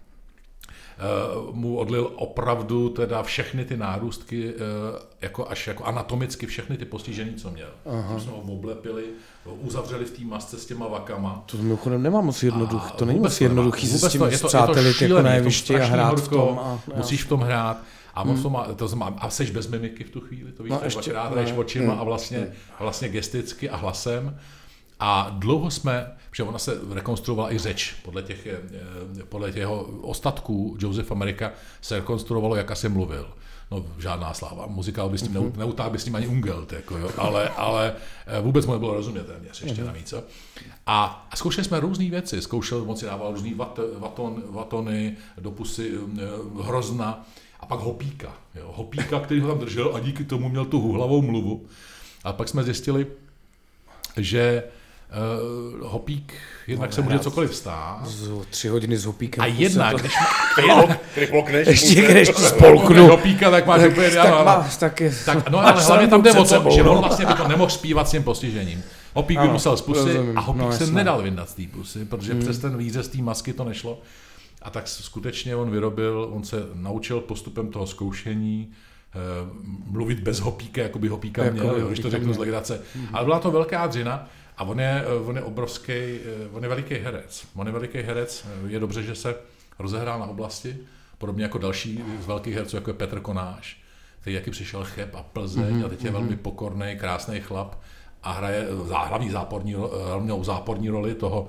mu odlil opravdu teda všechny ty nárůstky, jako až jako anatomicky všechny ty postižení, co měl. Tím jsme ho oblepili, uzavřeli v té masce s těma vakama. To mimochodem nemá moc jednoduchý, to není moc jednoduchý se s tím zpřátelit jako na jevišti a hrát v tom. A, musíš v tom hrát. A, hmm. to má, to má, a seš bez mimiky v tu chvíli, to víš, no, ještě rád hraješ očima hmm. a vlastně, vlastně gesticky a hlasem. A dlouho jsme, protože ona se rekonstruovala i řeč, podle těch, podle těch jeho ostatků Josepha Merricka se rekonstruovalo, jak asi mluvil. No žádná sláva, muzikál by s tím mm-hmm. neutáhl by s tím ani Ungelt, jako jo, ale, ale vůbec mu nebylo rozumět téměř ještě mm-hmm. navíc. Jo. A, a zkoušeli jsme různé věci, zkoušel, on si dával různý vat, vaton, vatony do pusy hrozna, a pak Hopíka, jo. Hopíka, který ho tam držel a díky tomu měl tu hlavou mluvu. A pak jsme zjistili, že uh, Hopík jednak no, se může cokoliv stát. Z tři hodiny s Hopíkem. A jednak, to... když má... Ještě když to spolknu. Hopíka, tak máš úplně... Tak, tak, má, tak, je, tak, no ale hlavně tam jde o to, že on vlastně by to nemohl zpívat s tím postižením. Hopík by musel z pusy rozumím. A Hopík no, se nedal vyndat z té pusy, protože hmm. přes ten výřez té masky to nešlo. A tak skutečně on vyrobil, on se naučil postupem toho zkoušení eh, mluvit bez Hopíka, jako by Hopíka jako měl, jo, když to řeknu z legrace. Mm-hmm. Ale byla to velká dřina a on je, on je obrovský, on je veliký herec. On je veliký herec, je dobře, že se rozehrál na oblasti, podobně jako další z velkých herců, jako je Petr Konáš, který jaký přišel Cheb a Plzeň mm-hmm. a teď je velmi pokorný, krásný chlap. A hraje hlavní záporní, hlavnou záporní roli toho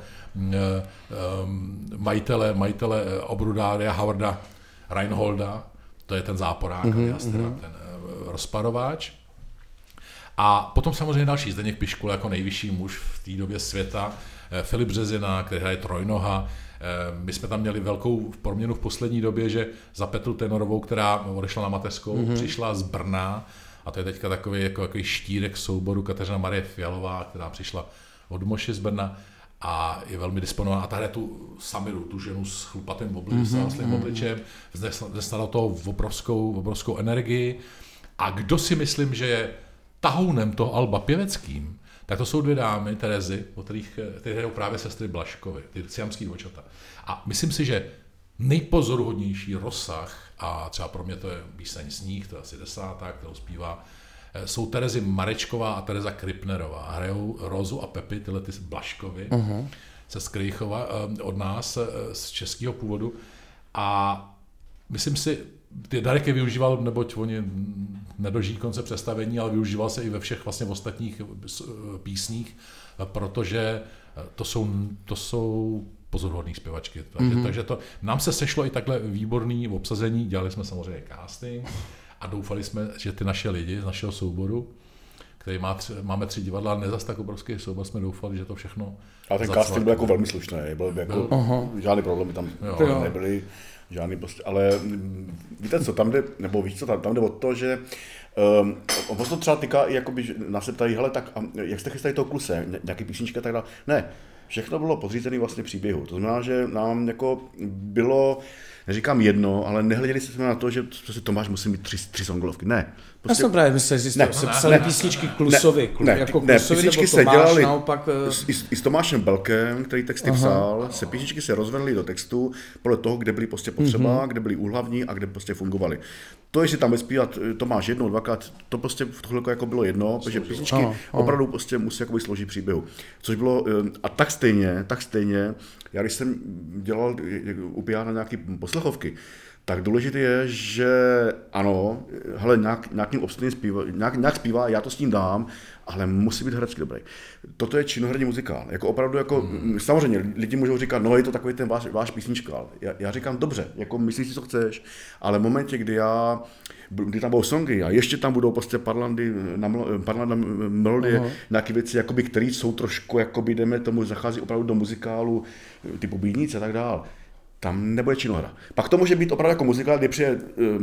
majitele, majitele obrudária Howarda Reinholda, to je ten záporák, mm-hmm. Jastra, ten rozparováč. A potom samozřejmě další, Zdeněk Piškul jako nejvyšší muž v té době světa, Filip Březina, který hraje Trojnoha. My jsme tam měli velkou proměnu v poslední době, že za Petru Tenorovou, která odešla na mateřskou, mm-hmm. přišla z Brna. A to je teďka takový, jako, jako štírek souboru Kateřina Marie Fialová, která přišla od Moši z Brna a je velmi disponovaná. A tady tu Samiru, tu ženu s chlupatým obličem, mm-hmm. obličem, vznesla do toho obrovskou, obrovskou energii. A kdo si myslím, že je tahounem toho alba pěveckým, tak to jsou dvě dámy, Terezy, o kterých, které hrajou právě sestry Blaškovy, ty siamský dvojčata. A myslím si, že nejpozoruhodnější rozsah, a třeba pro mě to je píseň Sníh, to je asi desátá, kterou zpívá, jsou Terezy Marečková a Tereza Kripnerová. Hrajou Rozu a Pepi, tyhle ty Blaškovy, uh-huh. ze Skrychova, od nás, z českého původu. A myslím si, ty Darek je využíval, neboť oni nedožijí konce představení, ale využíval se i ve všech vlastně v ostatních písních, protože to jsou, to jsou pozoruhodný zpěvačky. Takže, mm-hmm. takže to, nám se sešlo i takhle výborný obsazení, dělali jsme samozřejmě casting a doufali jsme, že ty naše lidi z našeho souboru který má tři, máme tři divadla, ale ne zas tak obrovský soubor, jsme doufali, že to všechno. Ale ten zacvat. casting byl jako velmi slušný, byl jako, byl. Žádný problémy tam jo, nebyly, žádný prostě, ale víte co, tam jde, nebo víš co, tam, tam jde o to, že um, on to třeba týká i jakoby, nás se ptají, hele, tak jak jste chystali toho kluse, nějaký písnička a tak dále, ne. Všechno bylo podřízené vlastně příběhu. To znamená, že nám jako bylo, neříkám jedno, ale nehleděli jsme na to, že prostě Tomáš musí mít tři, tři songolovky. Ne. Prostě... Já jsem právě myslel, že jste psali písničky Klusovi. Ne, ne, jako ne, Klusovi, písničky se dělaly naopak... s, i, i s Tomášem Belkem, který texty Aha. psal, se písničky se rozvedly do textu podle toho, kde byly prostě potřeba, mm-hmm. kde byly úhlavní a kde prostě fungovaly. To, jestli tam zpívat Tomáš jednou, dvakrát, to prostě v tu chvilku jako bylo jedno, protože písničky aha, aha. opravdu prostě musí jakoby složit příběhu. Což bylo, a tak stejně, tak stejně, já když jsem dělal u P R na nějaký poslechovky, tak důležité je, že ano, hele, nějak, nějakým obstojným zpívá, nějak, nějak zpívá, já to s ním dám, ale musí být herecky dobrý. Toto je činoherní muzikál. Jako opravdu, jako, hmm. samozřejmě, lidi můžou říkat, no je to takový ten váš, váš písničkál. Já, já říkám, dobře, jako myslíš si, co chceš, ale v momentě, kdy já, kdy tam budou songy a ještě tam budou prostě parlandy, na, parlandy na melodie, uh-huh. nějaké věci, jakoby, které jsou trošku, jakoby, jdeme tomu, zachází opravdu do muzikálu, typu Bídnice a tak dál. Tam nebude činohra. Pak to může být opravdu jako muzikál, kdy přijde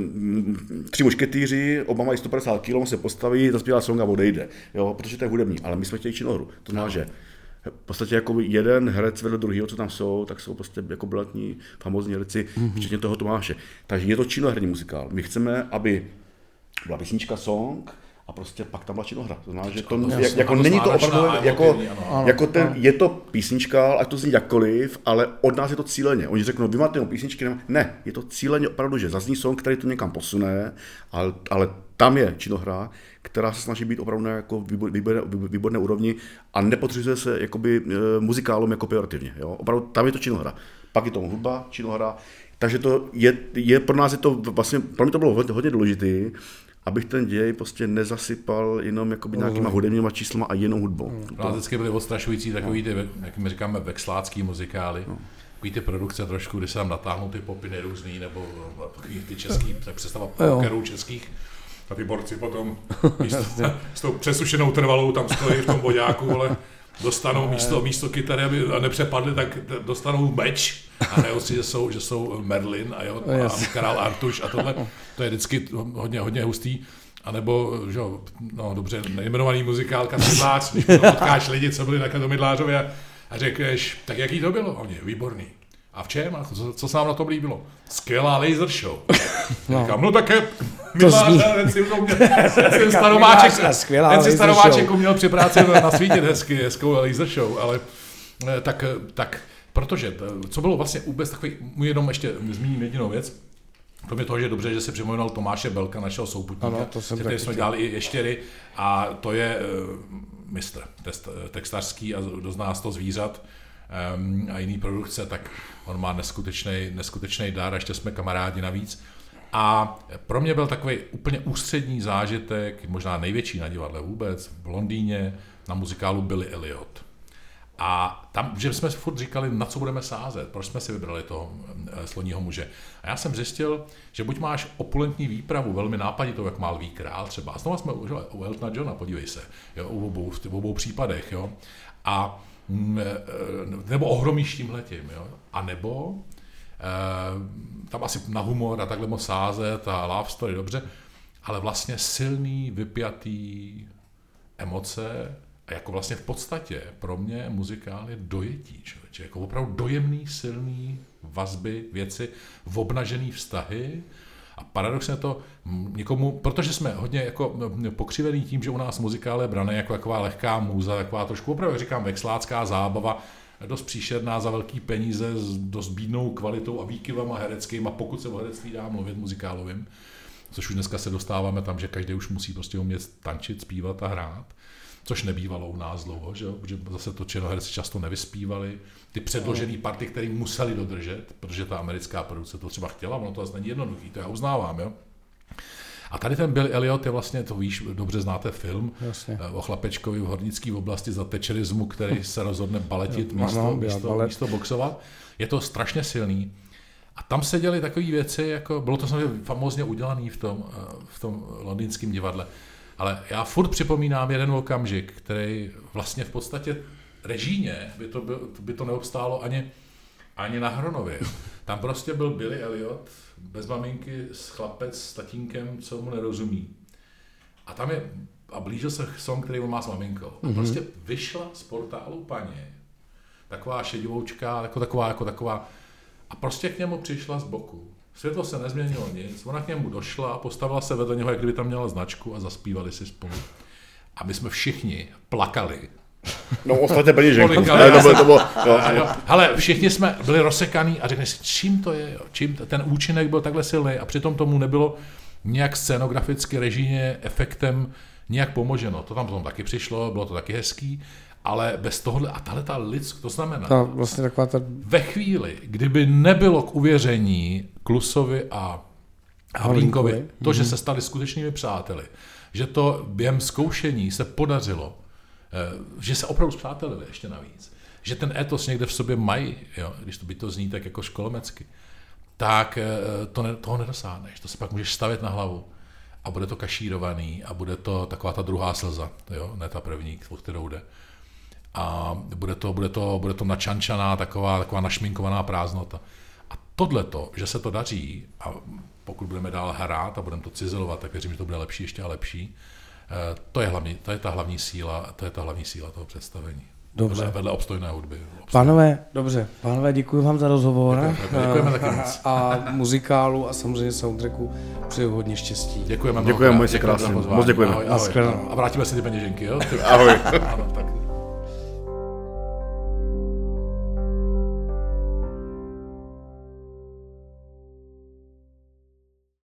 um, tři mušketýři, oba mají sto padesát kilogramů, on se postaví, zaspívá song a odejde, jo, protože to je hudební, ale my jsme chtěli činohru. To znamená, že v podstatě jako jeden herec vedle druhého, co tam jsou, tak jsou prostě jako brilantní, famózní herci, mm-hmm. včetně toho Tomáše. Takže je to činoherní muzikál. My chceme, aby byla písnička, song, a prostě pak tam byla činohra. To znamená, že to, Jasně, jak, jako není to opravdu, jako, jako ten, je to písnička, ať to zní jakkoliv, ale od nás je to cíleně. Oni řeknou, vy máte jenom písničky, ne, ne, je to cíleně opravdu, že zazní song, který to někam posune, ale, ale tam je činohra, která se snaží být opravdu na jako výborné, výborné úrovni a nepodřizuje se jakoby, e, muzikálům jako pejorativně. Jo? Opravdu tam je to činohra. Pak je to hudba, činohra, takže to je, je pro nás je to vlastně, pro mě to bylo hodně, hodně důležité, abych ten děj prostě nezasypal jenom jakoby nějakýma hudebníma číslama a jenom hudbou. No, vždycky byly odstrašující takový ty, jak my říkáme, vexlácký muzikály. No. Takový ty produkce trošku, kdy se tam natáhnou ty popiny různý, nebo ty český, tak představa pokerů českých. A ty borci potom místo, s tou přesušenou trvalou tam stojí v tom voďáku, ale dostanou místo, místo kytary, aby nepřepadli, tak dostanou meč a neosí, že jsou, že jsou Merlin a, jo, a král Artuš a tohle. To je vždycky hodně, hodně hustý. A nebo, že jo, no dobře, nejmenovaný muzikál Katmidlář, když potkáš lidi, co byli na Katmidlářově a řekneš, tak jaký to bylo? A oni, výborný. A v čem? A co, co se nám na tom líbilo? Skvělá laser show. No. Říkám, no tak je, ten si staromáček, ten si staromáček uměl při práci nasvítit hezky, hezkou laser show, ale tak, tak, protože, co bylo vlastně vůbec takový, jenom ještě zmíním jedinou věc, kromě toho, že je dobře, že se přemluvil Tomáše Belka, našeho souputníka, který jsme dělali i ještěry, a to je uh, mistr test, textařský a dost nás to zvířat um, a jiný produkce, tak on má neskutečný, neskutečný dar, a ještě jsme kamarádi navíc. A pro mě byl takový úplně ústřední zážitek, možná největší na divadle vůbec, v Londýně na muzikálu Billy Elliot. A tam, že jsme furt říkali, na co budeme sázet, proč jsme si vybrali toho sloního muže. A já jsem zjistil, že buď máš opulentní výpravu, velmi nápaditou, jak má Lví král třeba, a znovu jsme u Eltona Johna, podívej se, jo, u obou, v obou případech, jo, a nebo ohromíš tímhletím, jo, a nebo e, tam asi na humor a takhle moc sázet a love story, dobře, ale vlastně silný, vypjatý emoce. A jako vlastně v podstatě pro mě muzikál je dojetí, člověče, jako opravdu dojemný, silný vazby, věci, obnažený vztahy. A paradoxně to někomu, protože jsme hodně jako pokřivený tím, že u nás muzikál je braný jako taková lehká můza, taková trošku opravdu, říkám, vexlácká zábava, dost příšerná za velký peníze, s dost bídnou kvalitou a výkyvama hereckýma, pokud se o herectví dá mluvit muzikálovým, což už dneska se dostáváme tam, že každý už musí prostě umět tančit, zpívat a hrát. Což nebývalo u nás dlouho, že jo? Protože zase to činoherci často nevyspívali. Ty předložené party, které museli dodržet, protože ta americká produkce to třeba chtěla, ono to zase není jednoduchý, to já uznávám, jo. A tady ten Billy Elliot je vlastně, to víš, dobře znáte film, Jasně. o chlapečkovi v hornické oblasti za tečerismu, který se rozhodne baletit jo, místo, ano, místo, balet. místo boxovat. Je to strašně silný. A tam se děly takové věci, jako bylo to samozřejmě famózně udělané v tom, v tom londýnském divadle. Ale já furt připomínám jeden okamžik, který vlastně v podstatě režijně by to, byl, by to neobstálo ani, ani na Hronově. Tam prostě byl Billy Elliot, bez maminky, s chlapec s tatínkem, co mu nerozumí. A tam je, a blížil se song, který on má s maminkou. A prostě vyšla z portálu paně, taková šedivoučka, jako taková, jako taková, a prostě k němu přišla z boku. Světlo se nezměnilo nic, ona k němu došla a postavila se vedle něho, jak kdyby tam měla značku a zaspívali si spolu. A my jsme všichni plakali. No ostatně peněženku. Hele, všichni jsme byli rozsekaný a řekli si, čím to je, jo? Čím to, ten účinek byl takhle silný a přitom tomu nebylo nějak scénograficky, režijně, efektem nějak pomoženo. To tam potom taky přišlo, bylo to taky hezký, ale bez tohohle, a tahle ta lidsk, to znamená, Ta, vlastně taková ta... ve chvíli, kdyby nebylo k uvěření Klusovi a Havlínkovi, to, že se stali skutečnými přáteli, že to během zkoušení se podařilo, že se opravdu zpřátelili ještě navíc, že ten etos někde v sobě mají, jo, když to by to zní tak jako školomecky, tak to ne, toho nedosáhneš, to se pak můžeš stavět na hlavu a bude to kašírovaný a bude to taková ta druhá slza, jo, ne ta první, o kterou jde. A bude to, bude to, bude to načančaná, taková, taková našminkovaná prázdnota. A tohleto, že se to daří, a pokud budeme dál hrát a budeme to cizelovat, tak věřím, že to bude lepší ještě a lepší. To je, hlavní, to je ta hlavní síla, to je ta hlavní síla toho představení. Dobře. Vedle, vedle obstojné hudby. Obstojné. Pánové, dobře, pánové, děkuji vám za rozhovor. Děkujeme, děkujeme taky moc. A muzikálu a samozřejmě soundtracku přeju hodně štěstí. Děkujeme. Děkujeme, moc krásně. Moc děkujeme. Ahoj, ahoj. A vrátíme si ty peněženky, jo? Ahoj. Ano, tak.